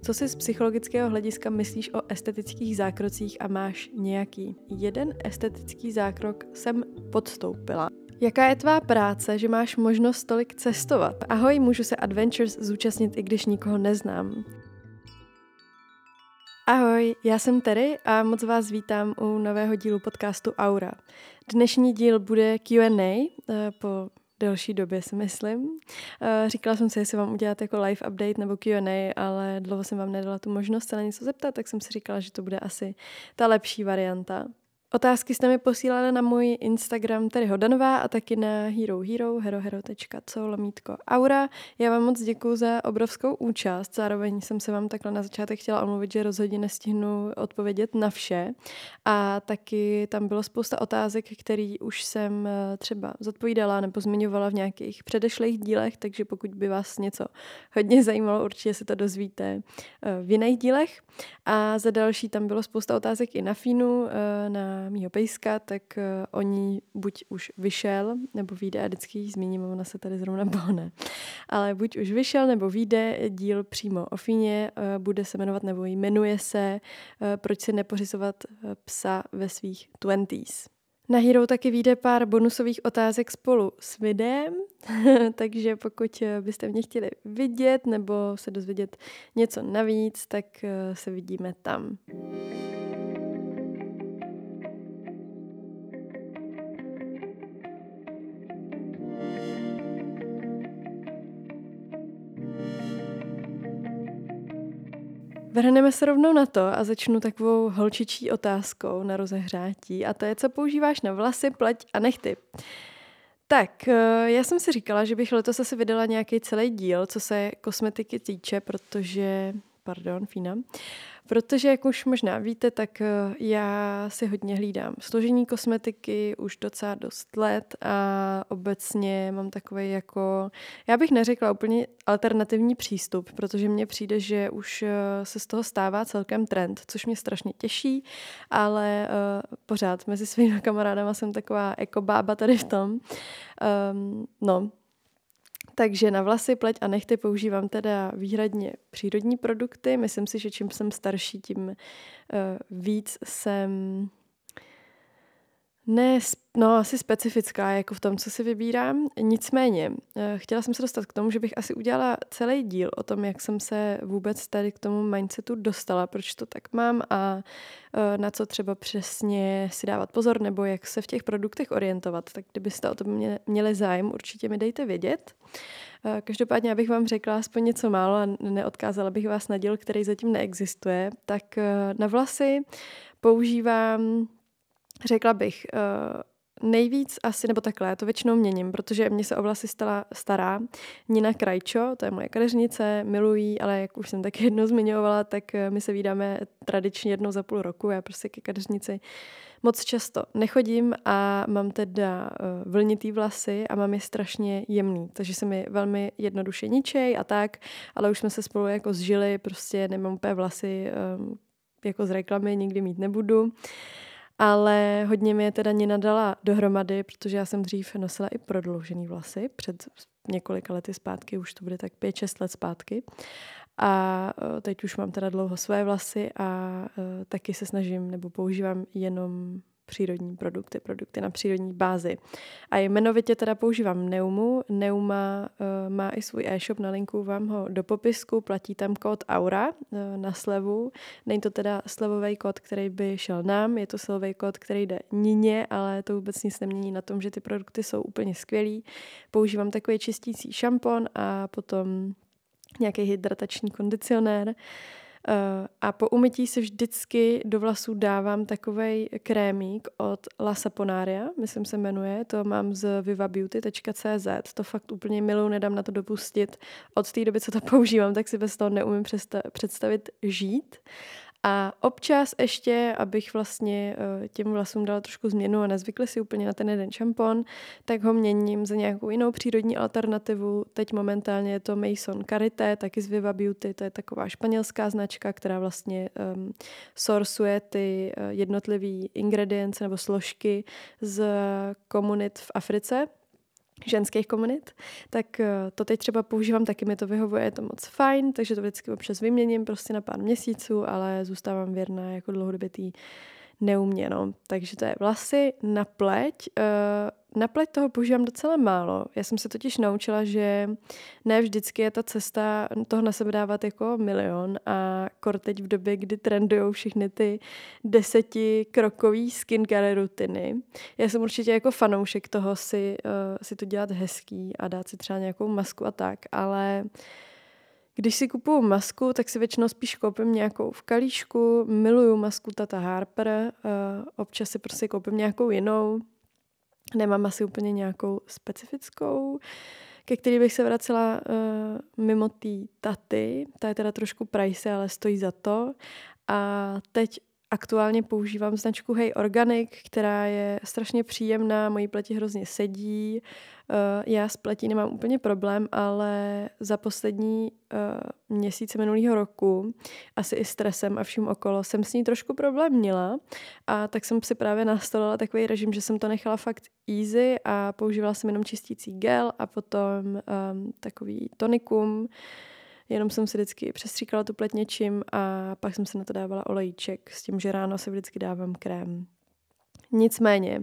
Co si z psychologického hlediska myslíš o estetických zákrocích a máš nějaký? Jeden estetický zákrok jsem podstoupila. Jaká je tvá práce, že máš možnost tolik cestovat? Ahoj, můžu se Adventures zúčastnit, i když nikoho neznám. Ahoj, já jsem Terry a moc vás vítám u nového dílu podcastu Aura. Dnešní díl bude Q&A po delší době, si myslím. Říkala jsem si, jestli vám udělat jako live update nebo Q&A, ale dlouho jsem vám nedala tu možnost se na něco zeptat, tak jsem si říkala, že to bude asi ta lepší varianta. Otázky jste mi posílali na můj Instagram Terry Hodanová a taky na herohero.co/aura. Já vám moc děkuju za obrovskou účast, zároveň jsem se vám takhle na začátek chtěla omluvit, že rozhodně nestihnu odpovědět na vše a taky tam bylo spousta otázek, které už jsem třeba zodpovídala nebo zmiňovala v nějakých předešlých dílech, takže pokud by vás něco hodně zajímalo, určitě se to dozvíte v jiných dílech. A za další tam bylo spousta otázek i na Fínu, na mýho pejska, tak o ní buď už vyšel, nebo vyjde, a vždycky ji zmíním, ona se tady zrovna bohne. Ale buď už vyšel, nebo vyjde díl přímo o Fíně, bude se jmenovat, nebo jmenuje se Proč si nepořizovat psa ve svých 20s. Na Hero taky vyjde pár bonusových otázek spolu s videem, takže pokud byste mě chtěli vidět nebo se dozvědět něco navíc, tak se vidíme tam. Vrhneme se rovnou na to a začnu takovou holčičí otázkou na rozehřátí a to je, co používáš na vlasy, pleť a nehty. Tak, já jsem si říkala, že bych letos asi vydala nějaký celý díl, co se kosmetiky týče, protože, jak už možná víte, tak já si hodně hlídám složení kosmetiky už docela dost let a obecně mám takový jako, já bych neřekla úplně alternativní přístup, protože mně přijde, že už se z toho stává celkem trend, což mě strašně těší, ale pořád mezi svými kamarádama jsem taková ekobába tady v tom. Takže na vlasy, pleť a nehty používám teda výhradně přírodní produkty. Myslím si, že čím jsem starší, tím víc jsem asi specifická jako v tom, co si vybírám. Nicméně, chtěla jsem se dostat k tomu, že bych asi udělala celý díl o tom, jak jsem se vůbec tady k tomu mindsetu dostala, proč to tak mám a na co třeba přesně si dávat pozor, nebo jak se v těch produktech orientovat. Tak kdybyste o tom měli zájem, určitě mi dejte vědět. Každopádně, abych vám řekla aspoň něco málo a neodkázala bych vás na díl, který zatím neexistuje, tak na vlasy používám, řekla bych, nejvíc asi, nebo takhle, já to většinou měním, protože mě se o vlasy stala stará Nina Krajčo, to je moje kadeřnice, miluji, ale jak už jsem taky jednou zmiňovala, tak my se vídáme tradičně jednou za půl roku, já prostě ke kadeřnici moc často nechodím a mám teda vlnitý vlasy a mám je strašně jemný, takže se mi velmi jednoduše ničej a tak, ale už jsme se spolu jako zžili, prostě nemám úplně vlasy jako z reklamy, nikdy mít nebudu. Ale hodně mi je teda Nina dala dohromady, protože já jsem dřív nosila i prodloužený vlasy před několika lety zpátky, už to bude tak 5-6 let zpátky. A teď už mám teda dlouho své vlasy a taky se snažím nebo používám jenom přírodní produkty na přírodní bázi. A jmenovitě teda používám Neumu. Neuma má i svůj e-shop, nalinku vám ho do popisku, platí tam kód AURA na slevu. Není to teda slevový kód, který by šel nám, je to slevový kód, který jde Nině, ale to vůbec nic nemění na tom, že ty produkty jsou úplně skvělý. Používám takový čistící šampon a potom nějaký hydratační kondicionér. A po umytí si vždycky do vlasů dávám takovej krémík od La Saponaria, myslím se jmenuje, to mám z vivabeauty.cz, to fakt úplně miluji, nedám na to dopustit. Od té doby, co to používám, tak si bez toho neumím představit žít. A občas ještě, abych vlastně těm vlasům dala trošku změnu a nezvykli si úplně na ten jeden šampon, tak ho měním za nějakou jinou přírodní alternativu. Teď momentálně je to Maison Carité, taky z Viva Beauty, to je taková španělská značka, která vlastně sourcuje ty jednotlivý ingredience nebo složky z komunit v Africe. ženských komunit, tak to teď třeba používám, taky mi to vyhovuje, je to moc fajn, takže to vždycky občas vyměním prostě na pár měsíců, ale zůstávám věrná jako dlouhodobě tý neumě, no. Takže to je vlasy, na pleť. Na pleť toho používám docela málo. Já jsem se totiž naučila, že ne vždycky je ta cesta toho na sebe dávat jako milion a kor teď v době, kdy trendujou všechny ty 10krokový skincare rutiny. Já jsem určitě jako fanoušek toho si to dělat hezký a dát si třeba nějakou masku a tak, ale když si kupuju masku, tak si většinou spíš koupím nějakou v kalíšku, miluju masku Tata Harper, občas si prostě koupím nějakou jinou, nemám asi úplně nějakou specifickou, ke který bych se vracela mimo té Taty, ta je teda trošku pricey, ale stojí za to a teď aktuálně používám značku Hey Organic, která je strašně příjemná, mojí pleti hrozně sedí. Já s pletí nemám úplně problém, ale za poslední měsíce minulého roku, asi i stresem a vším okolo, jsem s ní trošku problém měla a tak jsem si právě nastolila takový režim, že jsem to nechala fakt easy a používala jsem jenom čistící gel a potom takový tonikum. Jenom jsem si vždycky přestříkala tu pleť něčím a pak jsem si na to dávala olejček s tím, že ráno si vždycky dávám krém. Nicméně,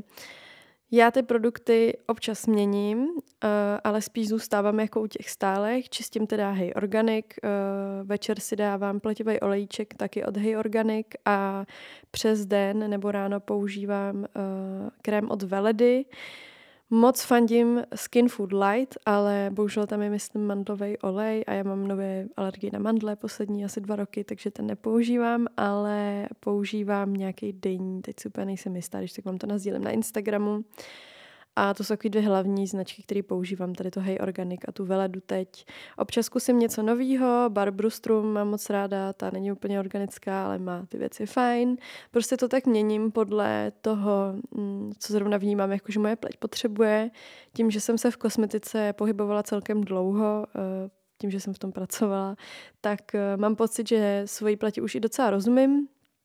já ty produkty občas měním, ale spíš zůstávám jako u těch stálek, čistím teda Hey Organic, večer si dávám pleťový olejček taky od Hey Organic a přes den nebo ráno používám krém od Veledy. Moc fandím Skin Food Light, ale bohužel tam je, myslím, mandlový olej a já mám nové alergie na mandle poslední asi 2 roky, takže ten nepoužívám, ale používám nějaký denní, teď si úplně nejsem jistá, když tak vám to nasdílím na Instagramu. A to jsou takový 2 hlavní značky, které používám, tady to Hey Organic a tu Veledu teď. Občas zkusím něco novýho, Barbara Strum mám moc ráda, ta není úplně organická, ale má ty věci fajn. Prostě to tak měním podle toho, co zrovna vnímám, jakože moje pleť potřebuje. Tím, že jsem se v kosmetice pohybovala celkem dlouho, tím, že jsem v tom pracovala, tak mám pocit, že svojí pleti už i docela rozumím,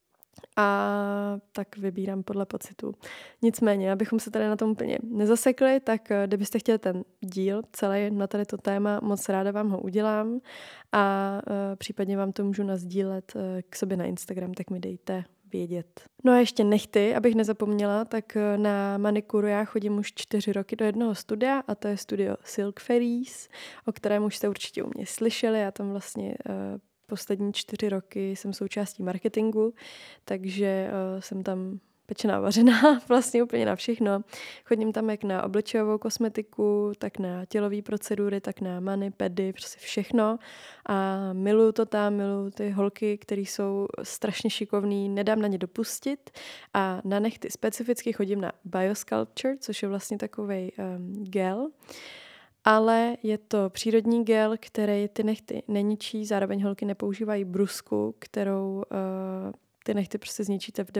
a tak vybírám podle pocitu. Nicméně, abychom se tady na tom úplně nezasekli, tak kdybyste chtěli ten díl celý na tady to téma, moc ráda vám ho udělám a případně vám to můžu nasdílet k sobě na Instagram, tak mi dejte vědět. No a ještě nechty, abych nezapomněla, tak na manikuru já chodím už 4 roky do jednoho studia a to je studio Silk Fairies, o kterém už jste určitě u mě slyšeli. Já tam vlastně poslední 4 roky jsem součástí marketingu, takže jsem tam pečená vařená vlastně úplně na všechno. Chodím tam jak na obličejovou kosmetiku, tak na tělové procedury, tak na mani, pedy, prostě všechno. A miluju to tam, miluju ty holky, které jsou strašně šikovný, nedám na ně dopustit. A na nechty specificky chodím na Biosculpture, což je vlastně takovej gel. Ale je to přírodní gel, který ty nechty neničí, zároveň holky nepoužívají brusku, kterou ty nechty prostě zničíte v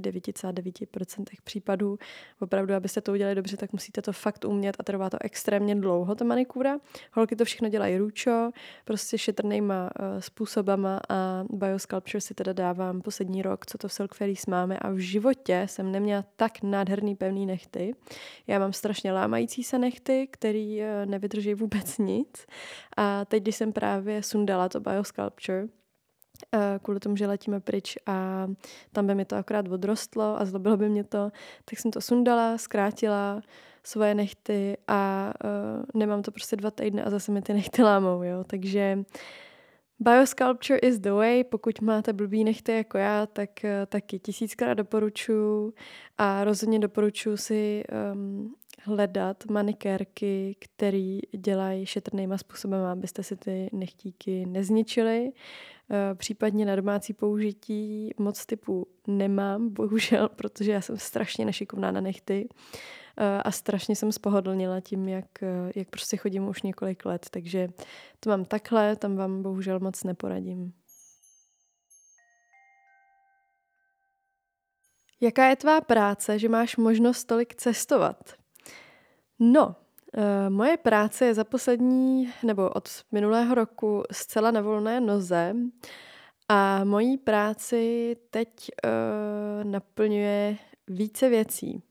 99,9% případů. Opravdu, abyste to udělali dobře, tak musíte to fakt umět a trvá to extrémně dlouho, ta manikúra. Holky to všechno dělají ručo, prostě šetrnýma způsobama a Biosculpture si teda dávám poslední rok, co to v Silk Fairies máme a v životě jsem neměla tak nádherný pevný nechty. Já mám strašně lámající se nechty, který nevydrží vůbec nic a teď, když jsem právě sundala to Biosculpture, kvůli tomu, že letíme pryč a tam by mi to akorát odrostlo a zlobilo by mě to, tak jsem to sundala, zkrátila svoje nechty a nemám to prostě 2 týdny a zase mi ty nechty lámou, jo, takže Biosculpture is the way, pokud máte blbý nechty jako já, tak taky 1000krát doporučuji a rozhodně doporučuji si hledat manikérky, které dělají šetrnýma způsobem, abyste si ty nechtíky nezničili. Případně na domácí použití moc typů nemám, bohužel, protože já jsem strašně nešikovná na nechty a strašně jsem spohodlnila tím, jak prostě chodím už několik let, takže to mám takhle, tam vám bohužel moc neporadím. Jaká je tvá práce, že máš možnost tolik cestovat? No, moje práce je za poslední, nebo od minulého roku zcela na volné noze a mojí práci teď naplňuje více věcí.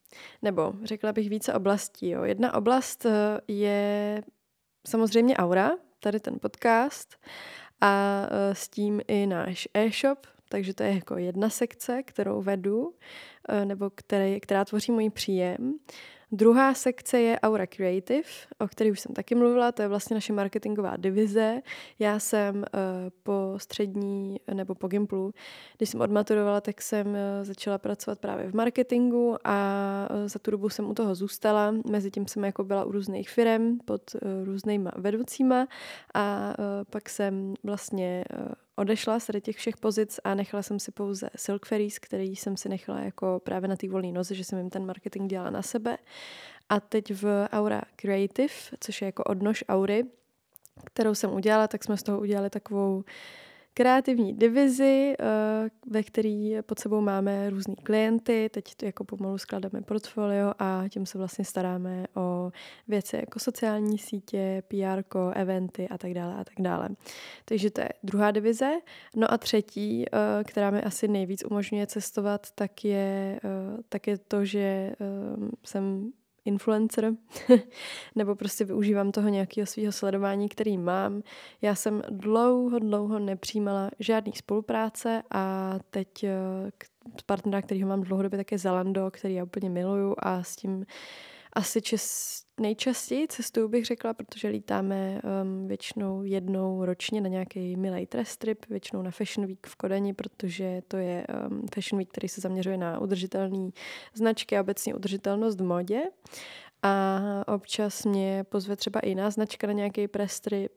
Nebo řekla bych více oblastí. Jo. Jedna oblast je samozřejmě Aura, tady ten podcast a s tím i náš e-shop, takže to je jako jedna sekce, kterou vedu, nebo která tvoří můj příjem. Druhá sekce je Aura Creative, o které už jsem taky mluvila, to je vlastně naše marketingová divize. Já jsem po střední nebo po Gimplu, když jsem odmaturovala, tak jsem začala pracovat právě v marketingu a za tu dobu jsem u toho zůstala. Mezitím jsem jako byla u různých firem pod různýma vedoucíma a pak jsem vlastně odešla z těch všech pozic a nechala jsem si pouze Silk Ferries, který jsem si nechala jako právě na té volné noze, že jsem jim ten marketing dělala na sebe. A teď v Aura Creative, což je jako odnož Aury, kterou jsem udělala, tak jsme z toho udělali takovou kreativní divizi, ve který pod sebou máme různý klienty, teď to jako pomalu skládáme portfolio a tím se vlastně staráme o věci jako sociální sítě, PR, eventy a tak dále a tak dále. Takže to je druhá divize. No a třetí, která mi asi nejvíc umožňuje cestovat, tak je to, že jsem influencer, nebo prostě využívám toho nějakého svého sledování, který mám. Já jsem dlouho nepřijímala žádný spolupráce a teď partnera, kterýho mám dlouhodobě, tak je Zalando, který já úplně miluju a s tím asi nejčastěji cestuju, bych řekla, protože lítáme většinou jednou ročně na nějaký milej trest trip, většinou na Fashion Week v Kodani, protože to je Fashion Week, který se zaměřuje na udržitelné značky a obecně udržitelnost v modě. A občas mě pozve třeba i jiná značka na nějaký press trip,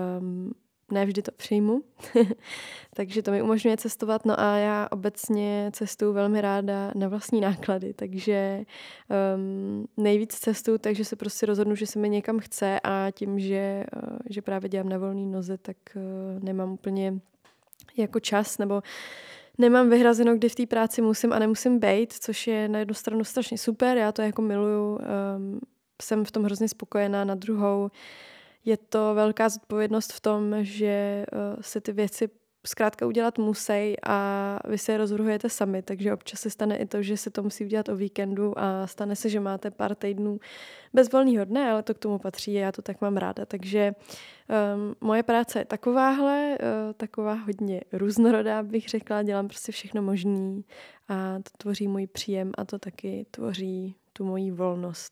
ne vždy to přijmu, takže to mi umožňuje cestovat. No a já obecně cestuju velmi ráda na vlastní náklady, takže nejvíc cestuju, takže se prostě rozhodnu, že se mi někam chce a tím, že právě dělám na volný noze, tak nemám úplně jako čas, nebo nemám vyhrazeno, kdy v té práci musím a nemusím bejt, což je na jednu stranu strašně super, já to jako miluju, jsem v tom hrozně spokojená, na druhou je to velká zodpovědnost v tom, že se ty věci zkrátka udělat musí a vy se je rozhodujete sami, takže občas se stane i to, že se to musí udělat o víkendu a stane se, že máte pár týdnů bez volného dne, ale to k tomu patří a já to tak mám ráda. Takže moje práce je taková hodně různorodá, bych řekla, dělám prostě všechno možný a to tvoří můj příjem a to taky tvoří tu moji volnost.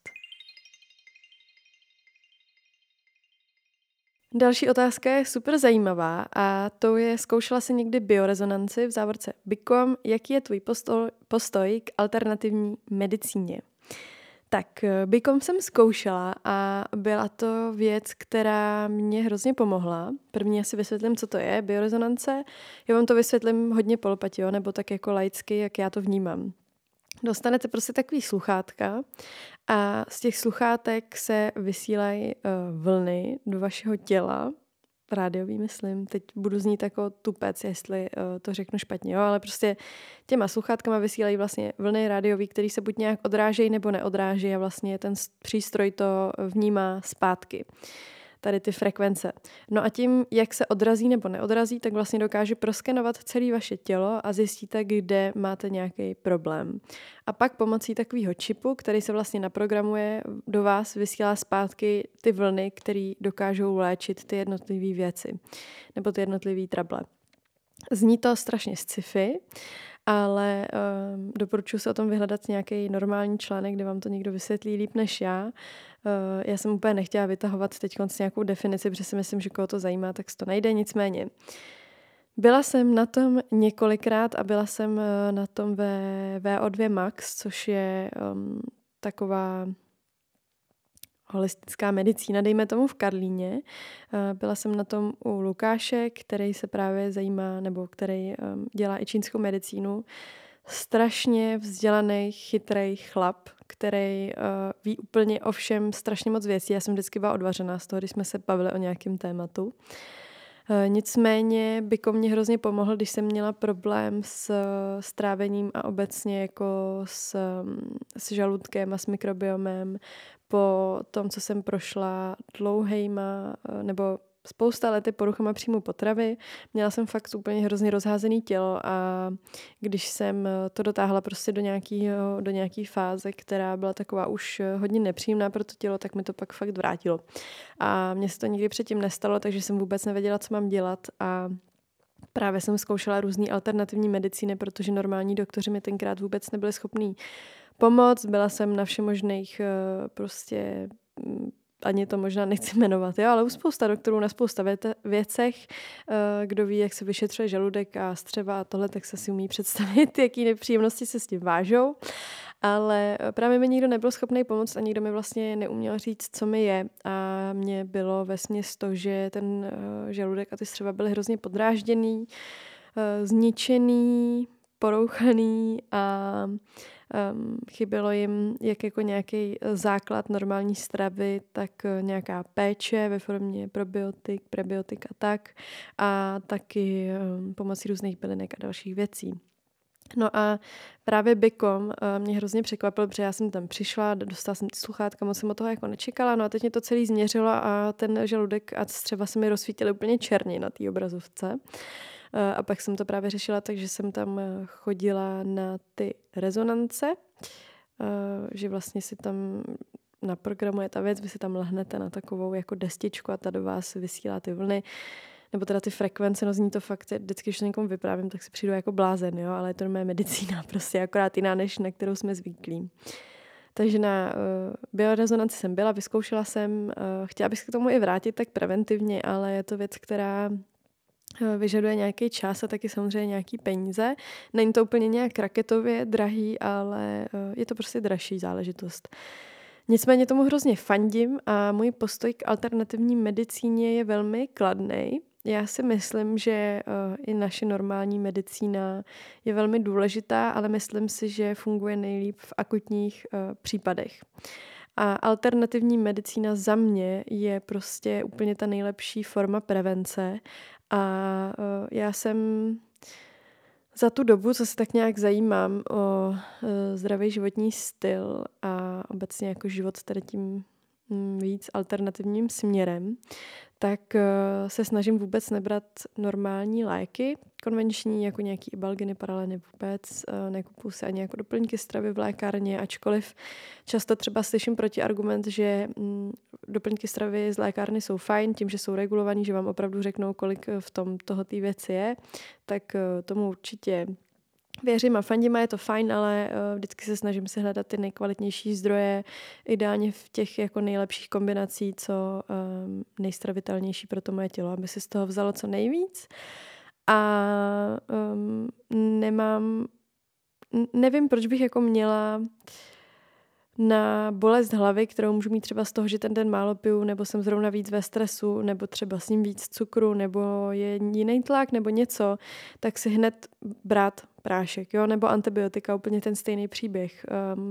Další otázka je super zajímavá a to je, zkoušela jsi někdy biorezonanci v závorce BICOM, jaký je tvůj postoj k alternativní medicíně? Tak BICOM jsem zkoušela a byla to věc, která mě hrozně pomohla. První asi vysvětlím, co to je biorezonance. Já vám to vysvětlím hodně polopatě, nebo tak jako laicky, jak já to vnímám. Dostanete prostě takový sluchátka a z těch sluchátek se vysílají vlny do vašeho těla, rádiový myslím, teď budu znít jako tupec, jestli to řeknu špatně, jo, ale prostě těma sluchátkama vysílají vlastně vlny rádiový, které se buď nějak odrážejí nebo neodrážejí a vlastně ten přístroj to vnímá zpátky. Tady ty frekvence. No a tím, jak se odrazí nebo neodrazí, tak vlastně dokáže proskenovat celé vaše tělo a zjistíte, kde máte nějaký problém. A pak pomocí takového čipu, který se vlastně naprogramuje, do vás vysílá zpátky ty vlny, které dokážou léčit ty jednotlivé věci nebo ty jednotlivé trable. Zní to strašně sci-fi, ale doporučuji se o tom vyhledat nějaký normální článek, kde vám to někdo vysvětlí líp než já. Já jsem úplně nechtěla vytahovat teď s nějakou definici, protože si myslím, že koho to zajímá, tak se to najde. Nicméně byla jsem na tom několikrát a byla jsem na tom ve VO2 Max, což je taková holistická medicína, dejme tomu v Karlíně. Byla jsem na tom u Lukáše, který se právě zajímá, nebo který dělá i čínskou medicínu. Strašně vzdělaný, chytrý chlap, který ví úplně o všem strašně moc věcí. Já jsem vždycky byla odvařená z toho, když jsme se bavili o nějakém tématu. Nicméně BICOM mě hrozně pomohl, když jsem měla problém s trávením a obecně jako s žaludkem a s mikrobiomem. Po tom, co jsem prošla dlouhejma nebo spousta lety poruchama příjmu potravy. Měla jsem fakt úplně hrozně rozházený tělo a když jsem to dotáhla prostě do nějaký fáze, která byla taková už hodně nepříjemná pro to tělo, tak mi to pak fakt vrátilo. A mně se to nikdy předtím nestalo, takže jsem vůbec nevěděla, co mám dělat a právě jsem zkoušela různý alternativní medicíny, protože normální doktoři mi tenkrát vůbec nebyli schopní pomoct. Byla jsem na všemožných prostě ani to možná nechci jmenovat, jo, ale u spousta doktorů na spousta věcech, kdo ví, jak se vyšetřuje žaludek a střeva a tohle, tak se si umí představit, jaký nepříjemnosti se s tím vážou. Ale právě mi nikdo nebyl schopný pomoct a nikdo mi vlastně neuměl říct, co mi je. A mně bylo vesměs to, že ten žaludek a ty střeva byly hrozně podrážděný, zničený, porouchaný a chybělo jim jak jako nějaký základ normální stravy, tak nějaká péče ve formě probiotik, prebiotik a tak. A taky pomocí různých bylinek a dalších věcí. No a právě Bikom mě hrozně překvapil, protože já jsem tam přišla, dostala jsem ty sluchátka, moc jsem od toho jako nečekala, no a teď mě to celý změřilo a ten žaludek a střeva se mi rozsvítily úplně černě na té obrazovce. A pak jsem to právě řešila, takže jsem tam chodila na ty rezonance, že vlastně si tam naprogramuje ta věc, vy si tam lehnete na takovou jako destičku a ta do vás vysílá ty vlny, nebo teda ty frekvence, no zní to fakt, vždycky, když to někomu vyprávím, tak si přijdu jako blázen, jo, ale je to mé medicína, prostě akorát jiná, než na kterou jsme zvyklí. Takže na biorezonanci jsem byla, vyzkoušela jsem, chtěla bych se k tomu i vrátit tak preventivně, ale je to věc, která vyžaduje nějaký čas a taky samozřejmě nějaký peníze. Není to úplně nějak raketově drahý, ale je to prostě dražší záležitost. Nicméně tomu hrozně fandím a můj postoj k alternativní medicíně je velmi kladný. Já si myslím, že i naše normální medicína je velmi důležitá, ale myslím si, že funguje nejlíp v akutních případech. A alternativní medicína za mě je prostě úplně ta nejlepší forma prevence. A já jsem za tu dobu, co se tak nějak zajímám o zdravý životní styl a obecně jako život tady tím víc alternativním směrem, tak se snažím vůbec nebrat normální léky, konvenční, jako nějaký ibalginy, paraleny vůbec, nekupuju si ani jako doplňky stravy v lékárně, ačkoliv často třeba slyším protiargument, že doplňky stravy z lékárny jsou fajn, tím, že jsou regulovaný, že vám opravdu řeknou, kolik v tom tohotý věci je, tak tomu určitě věřím a fandím a je to fajn, ale vždycky se snažím si hledat ty nejkvalitnější zdroje, ideálně v těch jako nejlepších kombinací, co nejstravitelnější pro to moje tělo, aby si z toho vzalo co nejvíc. A nevím, proč bych jako měla na bolest hlavy, kterou můžu mít třeba z toho, že ten den málo piju, nebo jsem zrovna víc ve stresu, nebo třeba s ním víc cukru, nebo je jiný tlak, nebo něco, tak si hned brát prášek, jo, nebo antibiotika, úplně ten stejný příběh.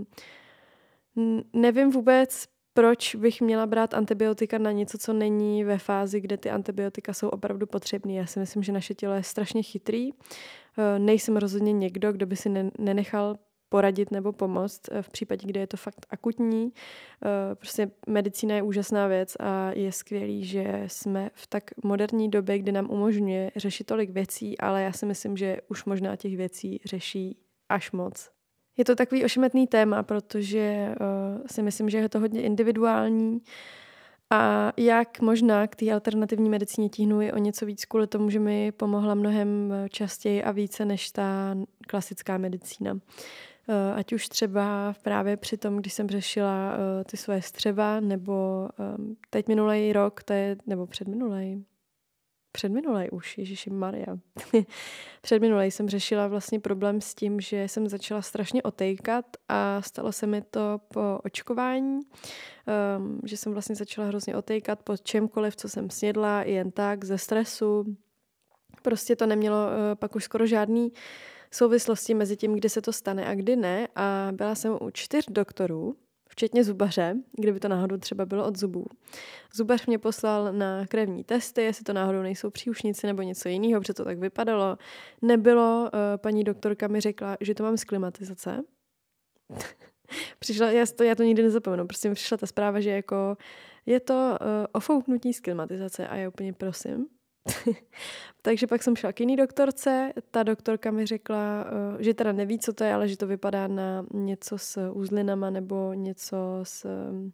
Nevím vůbec, proč bych měla brát antibiotika na něco, co není ve fázi, kde ty antibiotika jsou opravdu potřebné. Já si myslím, že naše tělo je strašně chytrý. Nejsem rozhodně někdo, kdo by si nenechal poradit nebo pomoct v případě, kde je to fakt akutní. Prostě medicína je úžasná věc a je skvělý, že jsme v tak moderní době, kdy nám umožňuje řešit tolik věcí, ale já si myslím, že už možná těch věcí řeší až moc. Je to takový ošemetný téma, protože si myslím, že je to hodně individuální a jak možná k té alternativní medicíně tíhnu i o něco víc kvůli tomu, že mi pomohla mnohem častěji a více než ta klasická medicína. Ať už třeba právě při tom, když jsem řešila ty svoje střeva, nebo teď minulej rok, nebo předminulej už, Ježišimarja. Předminulej jsem řešila vlastně problém s tím, že jsem začala strašně otejkat a stalo se mi to po očkování, že jsem vlastně začala hrozně otejkat po čemkoliv, co jsem snědla, jen tak, ze stresu. Prostě to nemělo pak už skoro žádný souvislosti mezi tím, kdy se to stane a kdy ne. A byla jsem u 4 doktorů, včetně zubaře, kdyby to náhodou třeba bylo od zubů. Zubař mě poslal na krevní testy, jestli to náhodou nejsou příušnici nebo něco jiného, protože to tak vypadalo. Nebylo, paní doktorka mi řekla, že to mám z klimatizace. Přišla, já to nikdy nezapomenu, prostě mi přišla ta zpráva, že jako je to ofouknutí z klimatizace a já úplně prosím. Takže pak jsem šla k jiný doktorce, ta doktorka mi řekla, že teda neví, co to je, ale že to vypadá na něco s uzlinama nebo něco s...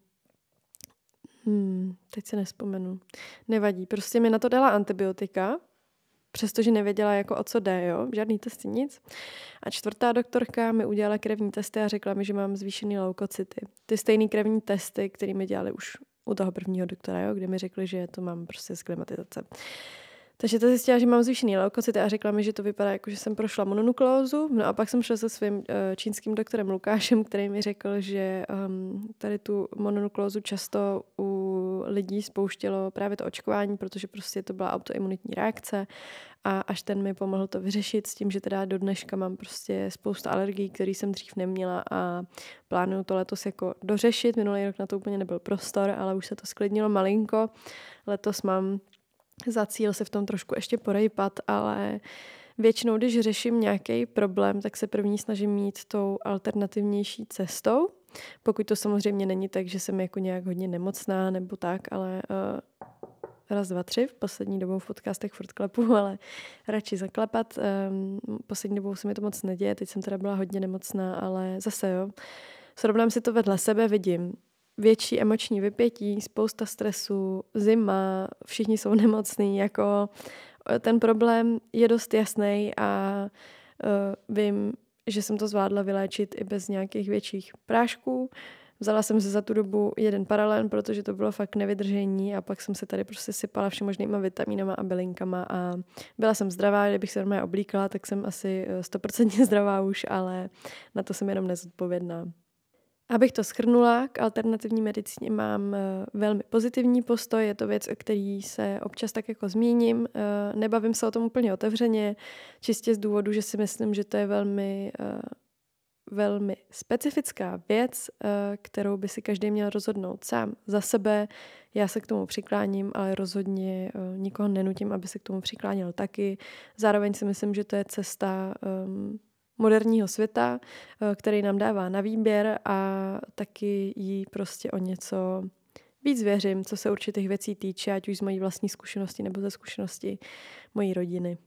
teď se nespomenu. Nevadí, prostě mi na to dala antibiotika, přestože nevěděla, jako o co jde, jo? Žádný testy, nic. A čtvrtá doktorka mi udělala krevní testy a řekla mi, že mám zvýšený leukocyty. Ty stejný krevní testy, který mi dělali už u toho prvního doktora, jo? Kde mi řekli, že to mám prostě z klimatizace. Takže to zjistila, že mám zvýšený leukocyty a řekla mi, že to vypadá jako, že jsem prošla mononukleózu. No a pak jsem šla se svým čínským doktorem Lukášem, který mi řekl, že tady tu mononukleózu často u lidí spouštělo právě to očkování, protože prostě to byla autoimunitní reakce a až ten mi pomohl to vyřešit s tím, že teda do dneška mám prostě spoustu alergií, které jsem dřív neměla a plánuju to letos jako dořešit. Minulý rok na to úplně nebyl prostor, ale už se to sklidnilo malinko. Letos mám za cíl se v tom trošku ještě porejpat, ale většinou, když řeším nějaký problém, tak se první snažím mít tou alternativnější cestou. Pokud to samozřejmě není tak, že jsem jako nějak hodně nemocná nebo tak, ale raz, dva, tři, v poslední dobou v podcastech furt klepu, ale radši zaklepat. Poslední dobou se mi to moc neděje, teď jsem teda byla hodně nemocná, ale zase jo. Srovnám si to vedle sebe, vidím větší emoční vypětí, spousta stresu, zima, všichni jsou nemocní, jako ten problém je dost jasný a vím, že jsem to zvládla vyléčit i bez nějakých větších prášků. Vzala jsem se za tu dobu jeden paralen, protože to bylo fakt nevydržení a pak jsem se tady prostě sypala všemožnýma vitamínama a bylinkama a byla jsem zdravá, kdybych se normálně oblíkala, tak jsem asi 100% zdravá už, ale na to jsem jenom nezodpovědná. Abych to shrnula, k alternativní medicíně mám velmi pozitivní postoj, je to věc, o který se občas tak jako zmíním. Nebavím se o tom úplně otevřeně, čistě z důvodu, že si myslím, že to je velmi specifická věc, kterou by si každý měl rozhodnout sám za sebe. Já se k tomu přikláním, ale rozhodně nikoho nenutím, aby se k tomu přiklánil taky. Zároveň si myslím, že to je cesta moderního světa, který nám dává na výběr a taky jí prostě o něco víc věřím, co se určitých věcí týče, ať už z mojí vlastní zkušenosti nebo ze zkušenosti mojí rodiny.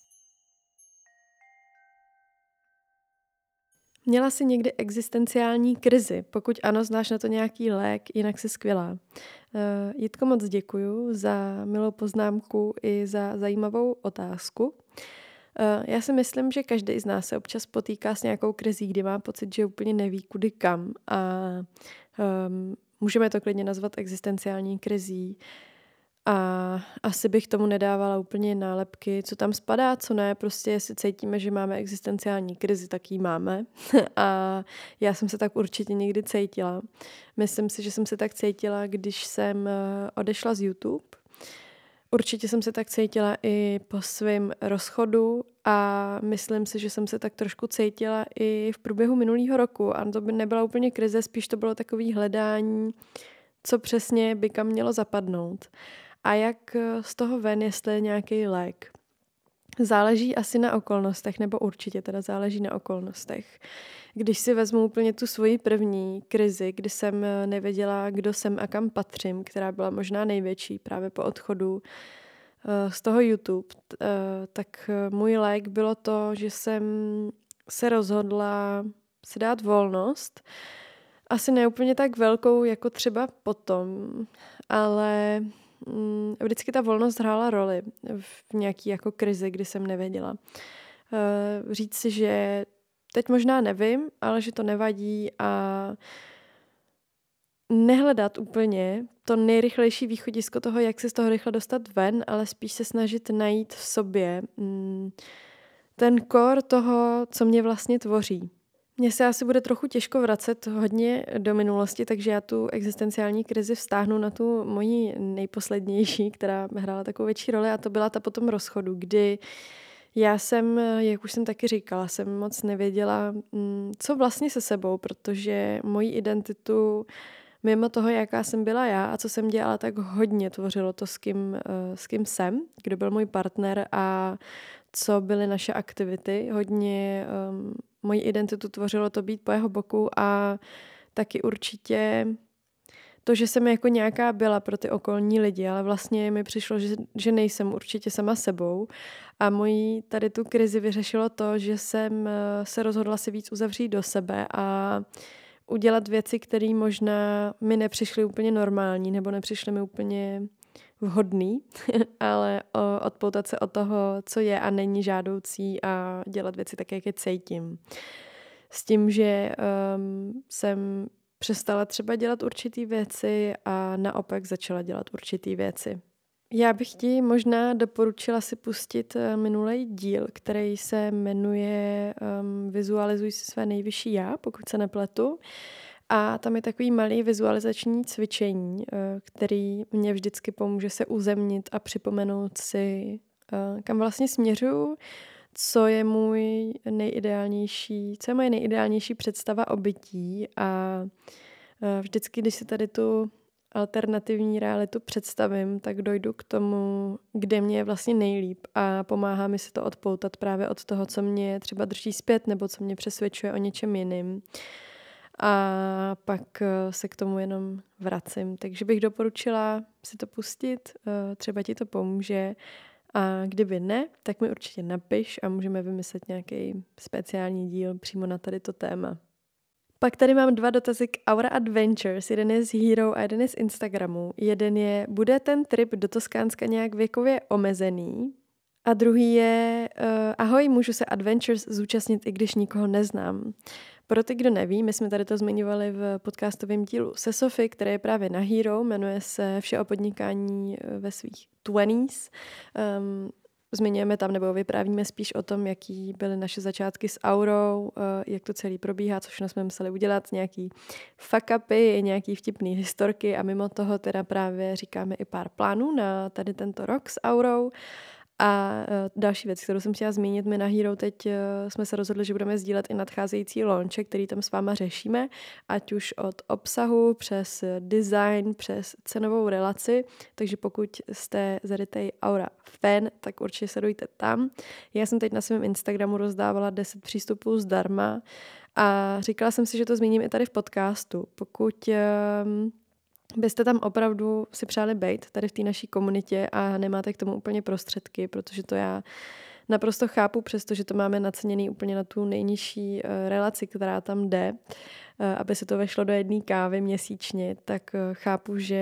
Měla jsi někdy existenciální krizi? Pokud ano, znáš na to nějaký lék, jinak jsi skvělá. Jitko, moc děkuju za milou poznámku i za zajímavou otázku. Já si myslím, že každý z nás se občas potýká s nějakou krizí, kdy má pocit, že úplně neví kudy kam a můžeme to klidně nazvat existenciální krizí. A asi bych tomu nedávala úplně nálepky, co tam spadá, co ne, prostě jestli cítíme, že máme existenciální krizi, tak ji máme. A já jsem se tak určitě někdy cítila. Myslím si, že jsem se tak cítila, když jsem odešla z YouTube. Určitě jsem se tak cítila i po svém rozchodu a myslím si, že jsem se tak trošku cítila i v průběhu minulého roku. A to by nebyla úplně krize, spíš to bylo takové hledání, co přesně by kam mělo zapadnout. A jak z toho ven, jestli je nějaký lék. Záleží asi na okolnostech, nebo určitě teda záleží na okolnostech. Když si vezmu úplně tu svoji první krizi, kdy jsem nevěděla, kdo jsem a kam patřím, která byla možná největší právě po odchodu z toho YouTube, tak můj lék bylo to, že jsem se rozhodla si dát volnost. Asi ne úplně tak velkou, jako třeba potom, ale vždycky ta volnost hrála roli v nějaký jako krizi, kdy jsem nevěděla. Říct si, že teď možná nevím, ale že to nevadí a nehledat úplně to nejrychlejší východisko toho, jak se z toho rychle dostat ven, ale spíš se snažit najít v sobě ten core toho, co mě vlastně tvoří. Mně se asi bude trochu těžko vracet hodně do minulosti, takže já tu existenciální krizi vztáhnu na tu moji nejposlednější, která hrála takovou větší roli a to byla ta potom rozchodu, kdy já jsem, jak už jsem taky říkala, jsem moc nevěděla, co vlastně se sebou, protože moji identitu mimo toho, jaká jsem byla já a co jsem dělala, tak hodně tvořilo to, s kým jsem, kdo byl můj partner a co byly naše aktivity. Hodně moji identitu tvořilo to být po jeho boku a taky určitě to, že jsem jako nějaká byla pro ty okolní lidi, ale vlastně mi přišlo, že nejsem určitě sama sebou. A mojí tady tu krizi vyřešilo to, že jsem se rozhodla si víc uzavřít do sebe a udělat věci, které možná mi nepřišly úplně normální nebo nepřišly mi úplně vhodný, ale odpoutat se od toho, co je a není žádoucí a dělat věci tak, jak je cítím. S tím, že jsem přestala třeba dělat určitý věci a naopak začala dělat určitý věci. Já bych ti možná doporučila si pustit minulý díl, který se jmenuje Vizualizuj si své nejvyšší já, pokud se nepletu. A tam je takový malý vizualizační cvičení, který mě vždycky pomůže se uzemnit a připomenout si, kam vlastně směřuju, co je moje nejideálnější představa o bytí a vždycky, když si tady tu alternativní realitu představím, tak dojdu k tomu, kde mě je vlastně nejlíp a pomáhá mi se to odpoutat právě od toho, co mě třeba drží zpět nebo co mě přesvědčuje o něčem jiným. A pak se k tomu jenom vracím. Takže bych doporučila si to pustit, třeba ti to pomůže. A kdyby ne, tak mi určitě napiš a můžeme vymyslet nějaký speciální díl přímo na tady to téma. Pak tady mám 2 dotazy k Aura Adventures. Jeden je z Hero a jeden je z Instagramu. Jeden je, bude ten trip do Toskánska nějak věkově omezený? A druhý je, ahoj, můžu se Adventures zúčastnit, i když nikoho neznám. Pro ty, kdo neví, my jsme tady to zmiňovali v podcastovém dílu se Sofy, které je právě na Hero, jmenuje se Vše o podnikání ve svých 20s. Zmiňujeme tam nebo vyprávíme spíš o tom, jaký byly naše začátky s Aurou, jak to celý probíhá, co všechno jsme museli udělat, nějaký fuck-upy, nějaký vtipný historky a mimo toho teda právě říkáme i pár plánů na tady tento rok s Aurou. A další věc, kterou jsem chtěla zmínit, my na Hero teď jsme se rozhodli, že budeme sdílet i nadcházející launche, který tam s váma řešíme, ať už od obsahu, přes design, přes cenovou relaci, takže pokud jste zarytej Aura fan, tak určitě se dojte tam. Já jsem teď na svém Instagramu rozdávala 10 přístupů zdarma a říkala jsem si, že to zmíním i tady v podcastu. Pokud byste tam opravdu si přáli bejt tady v té naší komunitě a nemáte k tomu úplně prostředky, protože to já naprosto chápu, přestože to máme naceněný úplně na tu nejnižší relaci, která tam jde, aby se to vešlo do 1 kávy měsíčně, tak chápu, že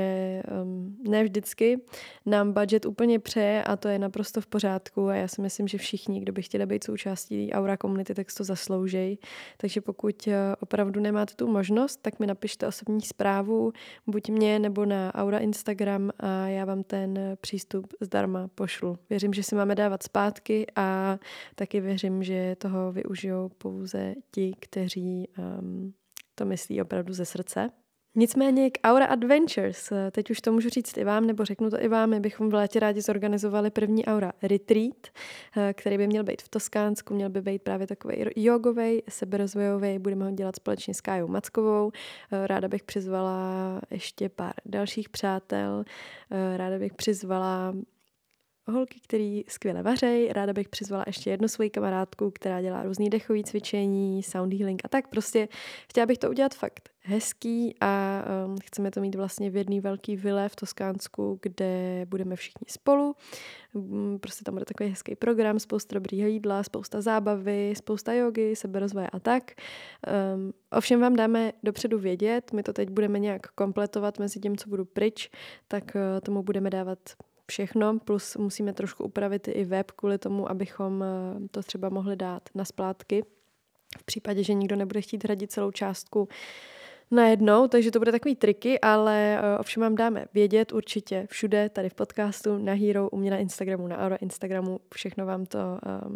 ne vždycky nám budget úplně přeje a to je naprosto v pořádku a já si myslím, že všichni, kdo by chtěli být součástí Aura komunity, tak to zasloužejí. Takže pokud opravdu nemáte tu možnost, tak mi napište osobní zprávu, buď mě nebo na Aura Instagram a já vám ten přístup zdarma pošlu. Věřím, že si máme dávat zpátky a taky věřím, že toho využijou pouze ti, kteří to myslí opravdu ze srdce. Nicméně k Aura Adventures, teď už to můžu říct i vám, nebo řeknu to i vám, my bychom v létě rádi zorganizovali první Aura Retreat, který by měl být v Toskánsku, měl by být právě takovej jogovej, seberozvojovej, budeme ho dělat společně s Kájou Mackovou. Ráda bych přizvala ještě pár dalších přátel, ráda bych přizvala holky, který skvěle vařejí. Ráda bych přizvala ještě jednu svoji kamarádku, která dělá různý dechové cvičení, sound healing a tak. Prostě chtěla bych to udělat fakt hezký a chceme to mít vlastně v jedné velké vile v Toskánsku, kde budeme všichni spolu. Prostě tam bude takový hezký program, spousta dobrýho jídla, spousta zábavy, spousta jogy, seberozvoje a tak. Ovšem vám dáme dopředu vědět, my to teď budeme nějak kompletovat mezi tím, co budu pryč, tak tomu budeme dávat všechno, plus musíme trošku upravit i web kvůli tomu, abychom to třeba mohli dát na splátky. V případě, že nikdo nebude chtít hradit celou částku najednou, takže to bude takový triky, ale ovšem vám dáme vědět určitě všude, tady v podcastu, na Hero, u mě na Instagramu, na Aura Instagramu, všechno vám to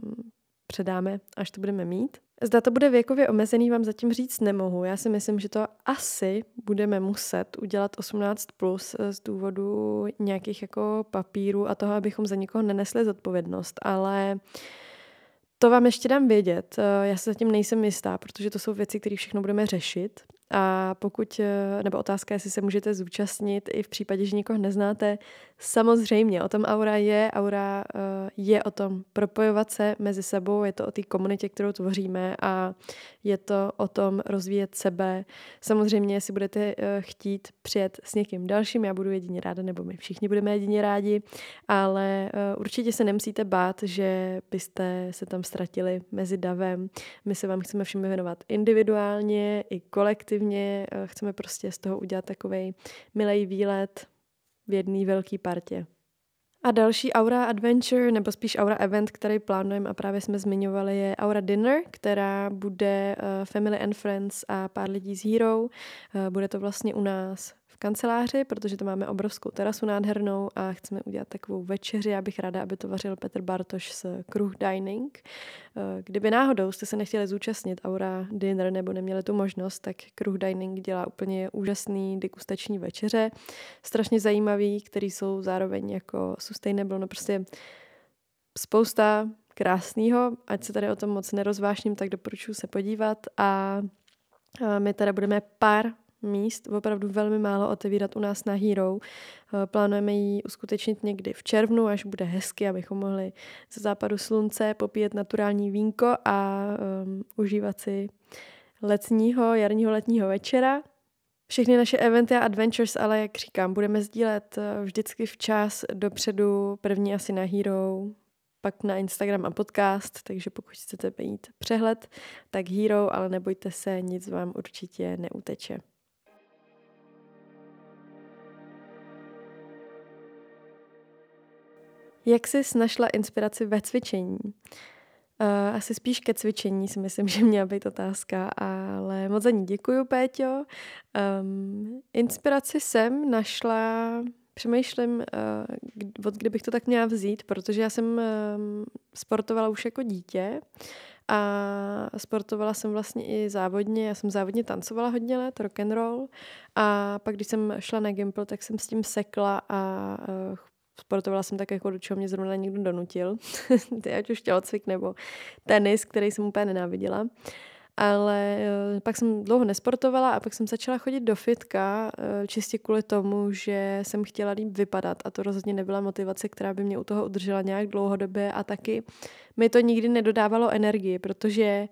předáme, až to budeme mít. Zda to bude věkově omezený, vám zatím říct nemohu. Já si myslím, že to asi budeme muset udělat 18+ z důvodu nějakých jako papírů a toho, abychom za nikoho nenesli zodpovědnost, ale to vám ještě dám vědět. Já se zatím nejsem jistá, protože to jsou věci, které všechno budeme řešit A pokud, nebo otázka, jestli se můžete zúčastnit i v případě, že nikoho neznáte, samozřejmě o tom aura je o tom propojovat se mezi sebou, je to o té komunitě, kterou tvoříme a je to o tom rozvíjet sebe. Samozřejmě, jestli budete chtít přijet s někým dalším, já budu jedině ráda, nebo my všichni budeme jedině rádi, ale určitě se nemusíte bát, že byste se tam ztratili mezi davem. My se vám chceme všem věnovat individuálně i kolektivně, chceme prostě z toho udělat takovej milej výlet v jedné velké partě. A další Aura Adventure, nebo spíš Aura Event, který plánujeme a právě jsme zmiňovali, je Aura Dinner, která bude Family and Friends a pár lidí z Hero. Bude to vlastně u nás v kanceláři, protože to máme obrovskou terasu nádhernou a chceme udělat takovou večeři. Já bych ráda, aby to vařil Petr Bartoš z Kruh Dining. Kdyby náhodou jste se nechtěli zúčastnit Aura Dinner nebo neměli tu možnost, tak Kruh Dining dělá úplně úžasný degustační večeře, strašně zajímavý, který jsou zároveň jako sustainable, no prostě spousta krásného, ať se tady o tom moc nerozvášním, tak doporučuji se podívat a my teda budeme pár míst, opravdu velmi málo otevírat u nás na Hero. Plánujeme ji uskutečnit někdy v červnu, až bude hezky, abychom mohli ze západu slunce popíjet naturální vínko a užívat si jarního letního večera. Všechny naše eventy a adventures, ale jak říkám, budeme sdílet vždycky včas dopředu, první asi na Hero, pak na Instagram a podcast, takže pokud chcete mít přehled, tak Hero, ale nebojte se, nic vám určitě neuteče. Jak jsi našla inspiraci ve cvičení? Asi spíš ke cvičení si myslím, že měla být otázka, ale moc za ní děkuju, Péťo. Inspiraci jsem našla, přemýšlím, od kdy bych to tak měla vzít, protože já jsem sportovala už jako dítě a sportovala jsem vlastně i závodně. Já jsem závodně tancovala hodně let, rock and roll, a pak když jsem šla na Gimple, tak jsem s tím sekla a sportovala jsem tak, jako do čeho mě zrovna někdo donutil. Ať už tělocvik nebo tenis, který jsem úplně nenáviděla. Ale pak jsem dlouho nesportovala a pak jsem začala chodit do fitka čistě kvůli tomu, že jsem chtěla líp vypadat a to rozhodně nebyla motivace, která by mě u toho udržela nějak dlouhodobě a taky mi to nikdy nedodávalo energii, protože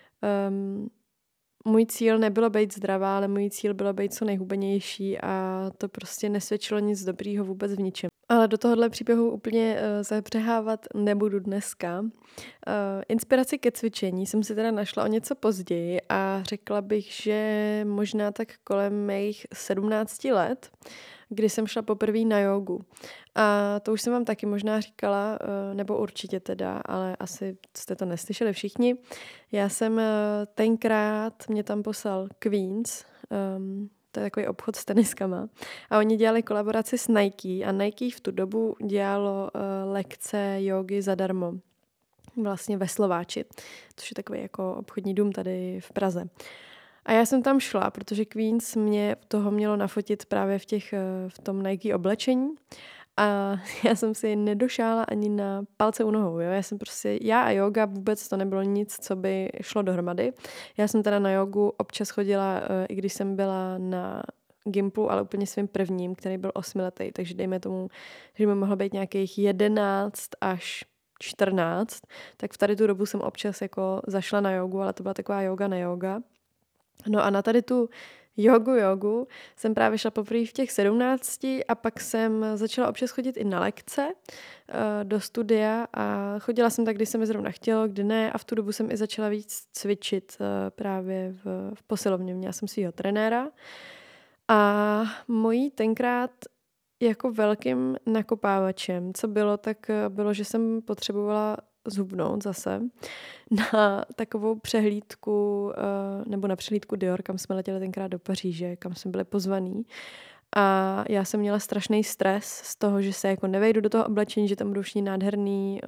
můj cíl nebylo být zdravá, ale můj cíl bylo být co nejhubenější a to prostě nesvědčilo nic dobrýho vůbec v ničem. Ale do tohohle příběhu úplně zabřehávat nebudu dneska. Inspiraci ke cvičení jsem si teda našla o něco později a řekla bych, že možná tak kolem mých 17 let, kdy jsem šla poprvé na jogu. A to už jsem vám taky možná říkala, nebo určitě teda, ale asi jste to neslyšeli všichni. Já jsem tenkrát, mě tam poslal Queens, to je takový obchod s teniskama. A oni dělali kolaboraci s Nike a Nike v tu dobu dělalo lekce jógy zadarmo. Vlastně ve Slováči, což je takový jako obchodní dům tady v Praze. A já jsem tam šla, protože Queens mě toho mělo nafotit právě v tom Nike oblečení. A já jsem si nedošála ani na palce u nohou. Jo? Já a yoga vůbec to nebylo nic, co by šlo dohromady. Já jsem teda na jogu občas chodila, i když jsem byla na Gimplu, ale úplně svým prvním, který byl 8letý, takže dejme tomu, že mi mohlo být nějakých 11 až 14, tak v tady tu dobu jsem občas jako zašla na jogu, ale to byla taková yoga na yoga. No a na tady tu jogu jsem právě šla poprvé v těch 17 a pak jsem začala občas chodit i na lekce do studia a chodila jsem tak, když se mi zrovna chtělo, kdy ne a v tu dobu jsem i začala víc cvičit právě v posilovně. Měla jsem svýho trenéra a mojí tenkrát jako velkým nakopávačem, co bylo, tak bylo, že jsem potřebovala zhubnout zase na takovou přehlídku, nebo na přehlídku Dior, kam jsme letěli tenkrát do Paříže, kam jsme byli pozvaný. A já jsem měla strašný stres z toho, že se jako nevejdu do toho oblečení, že tam budou všichni nádherný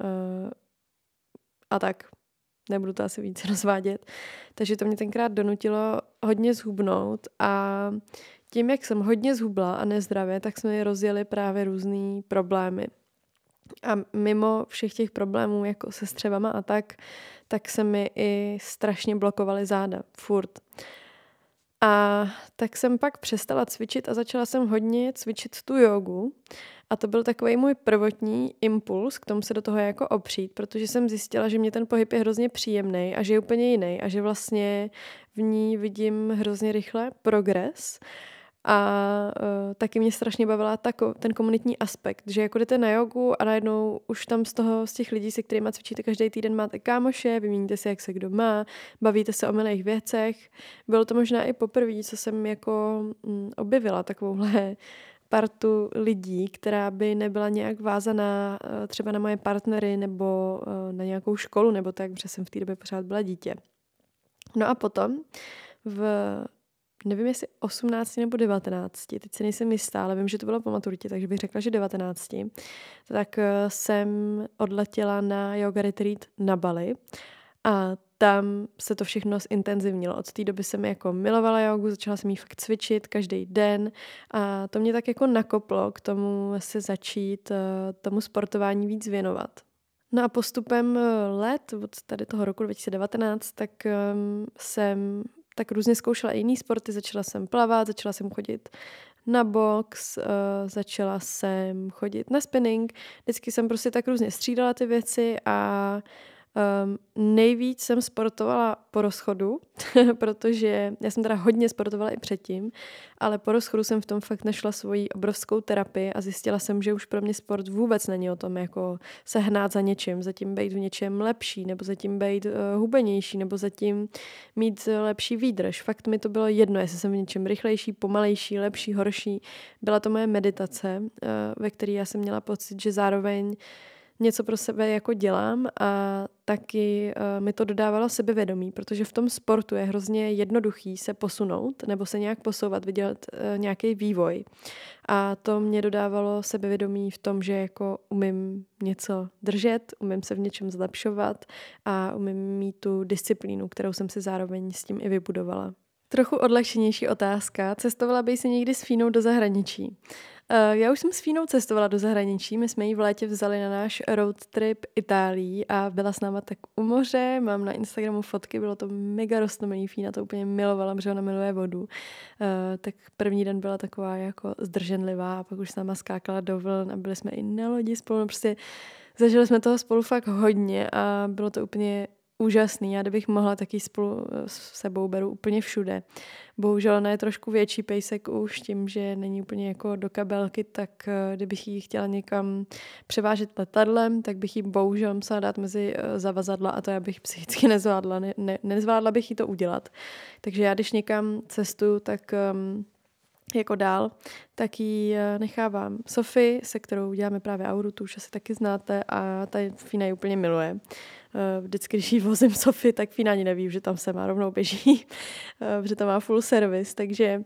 a tak. Nebudu to asi víc rozvádět. Takže to mě tenkrát donutilo hodně zhubnout a tím, jak jsem hodně zhubla a nezdravě, tak jsme rozjeli právě různý problémy. A mimo všech těch problémů jako se střevama a tak se mi i strašně blokovaly záda. Furt. A tak jsem pak přestala cvičit a začala jsem hodně cvičit tu jógu. A to byl takový můj prvotní impuls k tomu se do toho jako opřít, protože jsem zjistila, že mě ten pohyb je hrozně příjemný a že je úplně jiný a že vlastně v ní vidím hrozně rychle progres. A taky mě strašně bavila ten komunitní aspekt, že jako jdete na jogu a najednou už tam z těch lidí, se kterými cvičíte každý týden, máte kámoše, vyměníte si, jak se kdo má, bavíte se o milých věcech. Bylo to možná i poprvé, co jsem jako objevila takovouhle partu lidí, která by nebyla nějak vázaná třeba na moje partnery nebo na nějakou školu nebo tak, protože jsem v té době pořád byla dítě. No a potom nevím, jestli 18 nebo 19, teď si nejsem jistá, ale vím, že to bylo po maturitě, takže bych řekla, že 19, tak jsem odletěla na yoga retreat na Bali a tam se to všechno zintenzivnilo. Od té doby jsem jako milovala jogu, začala jsem jí fakt cvičit každý den a to mě tak jako nakoplo k tomu se začít tomu sportování víc věnovat. No a postupem let, od tady toho roku 2019, tak jsem tak různě zkoušela i jiný sporty, začala jsem plavat, začala jsem chodit na box, začala jsem chodit na spinning, vždycky jsem prostě tak různě střídala ty věci a nejvíc jsem sportovala po rozchodu, protože já jsem teda hodně sportovala i předtím, ale po rozchodu jsem v tom fakt našla svoji obrovskou terapii a zjistila jsem, že už pro mě sport vůbec není o tom jako se hnát za něčím, zatím být v něčem lepší, nebo zatím být hubenější, nebo zatím mít lepší výdrž. Fakt mi to bylo jedno, jestli jsem v něčem rychlejší, pomalejší, lepší, horší. Byla to moje meditace, ve které já jsem měla pocit, že zároveň něco pro sebe jako dělám a taky mi to dodávalo sebevědomí, protože v tom sportu je hrozně jednoduchý se posunout nebo se nějak posouvat, vidět nějaký vývoj. A to mě dodávalo sebevědomí v tom, že jako umím něco držet, umím se v něčem zlepšovat a umím mít tu disciplínu, kterou jsem si zároveň s tím i vybudovala. Trochu odlehčenější otázka. Cestovala by si někdy s Fínou do zahraničí? Já už jsem s Fínou cestovala do zahraničí, my jsme ji v létě vzali na náš road trip Itálií a byla s náma tak u moře, mám na Instagramu fotky, bylo to mega roztomilý, Fína to úplně milovala, protože ona miluje vodu. Tak první den byla taková jako zdrženlivá a pak už s náma skákala do vln a byli jsme i na lodi spolu, no prostě zažili jsme toho spolu fakt hodně a bylo to úplně úžasný. Já kdybych mohla, taky spolu s sebou beru úplně všude. Bohužel ona je trošku větší pejsek už tím, že není úplně jako do kabelky, tak kdybych ji chtěla někam převážet letadlem, tak bych ji bohužel musela dát mezi zavazadla a to já bych psychicky nezvládla. Nezvládla bych jí to udělat. Takže já když někam cestuju, tak jako dál, tak ji nechávám Sofii, se kterou děláme právě auru, tu už asi taky znáte a ta Fína ji úplně miluje. Vždycky, když jí vozím Sofii, tak Fína ani neví, že tam se má, rovnou běží, protože tam má full service, takže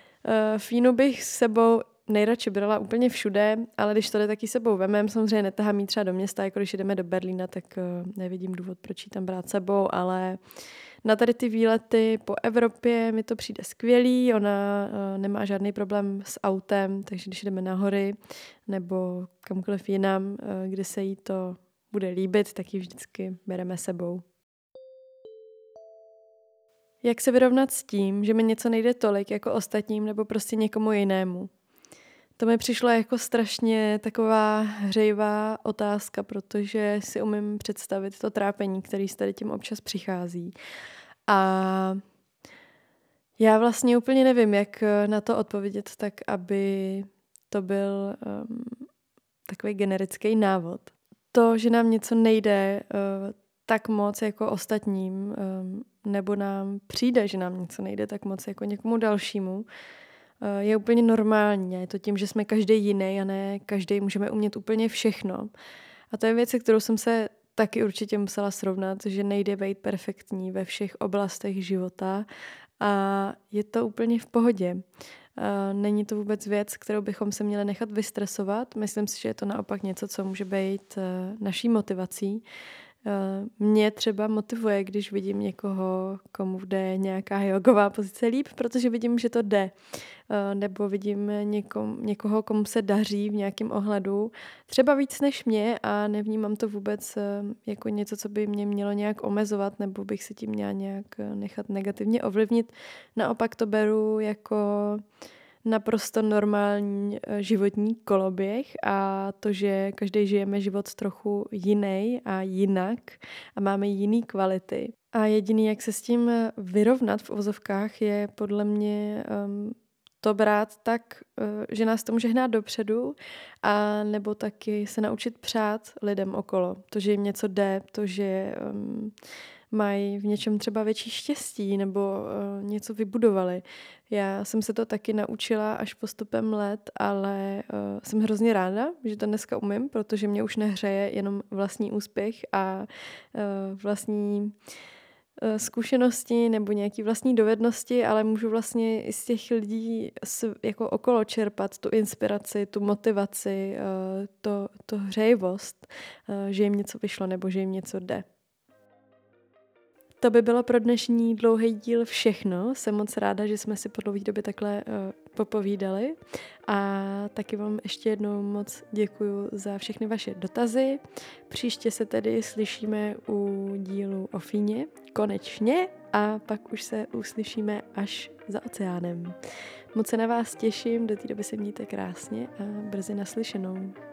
Fínu bych s sebou nejradši brala úplně všude, ale když to jde, taky sebou vemem, samozřejmě netahám jí třeba do města, jako když jdeme do Berlína, tak nevidím důvod, proč ji tam brát sebou, ale na tady ty výlety po Evropě mi to přijde skvělý, ona nemá žádný problém s autem, takže když jdeme na hory nebo kamkoliv jinam, kde se jí to bude líbit, tak ji vždycky bereme sebou. Jak se vyrovnat s tím, že mi něco nejde tolik jako ostatním nebo prostě někomu jinému? To mi přišlo jako strašně taková hřejivá otázka, protože si umím představit to trápení, který s tady tím občas přichází. A já vlastně úplně nevím, jak na to odpovědět tak, aby to byl takový generický návod. To, že nám něco nejde tak moc jako ostatním, nebo nám přijde, že nám něco nejde tak moc jako někomu dalšímu, je úplně normální. Je to tím, že jsme každý jiný a ne každý můžeme umět úplně všechno. A to je věc, kterou jsem se taky určitě musela srovnat, že nejde být perfektní ve všech oblastech života a je to úplně v pohodě. Není to vůbec věc, kterou bychom se měli nechat vystresovat. Myslím si, že je to naopak něco, co může být naší motivací, Mě třeba motivuje, když vidím někoho, komu jde nějaká jogová pozice líp, protože vidím, že to jde. Nebo vidím někoho, komu se daří v nějakém ohledu, třeba víc než mě a nevnímám to vůbec jako něco, co by mě mělo nějak omezovat, nebo bych se tím měla nějak nechat negativně ovlivnit. Naopak to beru jako naprosto normální životní koloběh a to, že každý žijeme život trochu jiný a jinak a máme jiný kvality. A jediný, jak se s tím vyrovnat v uvozovkách, je podle mě to brát tak, že nás to může hnát dopředu, a nebo taky se naučit přát lidem okolo. To, že jim něco jde, to, že mají v něčem třeba větší štěstí nebo něco vybudovali. Já jsem se to taky naučila až postupem let, ale jsem hrozně ráda, že to dneska umím, protože mě už nehřeje jenom vlastní úspěch a vlastní zkušenosti nebo nějaký vlastní dovednosti, ale můžu vlastně i z těch lidí jako okolo čerpat tu inspiraci, tu motivaci, to hřejivost, že jim něco vyšlo nebo že jim něco jde. To by bylo pro dnešní dlouhý díl všechno. Jsem moc ráda, že jsme si po dlouhé době takhle popovídali a taky vám ještě jednou moc děkuju za všechny vaše dotazy. Příště se tedy slyšíme u dílu o Fíně, konečně, a pak už se uslyšíme až za oceánem. Moc se na vás těším, do té doby se mějte krásně a brzy naslyšenou.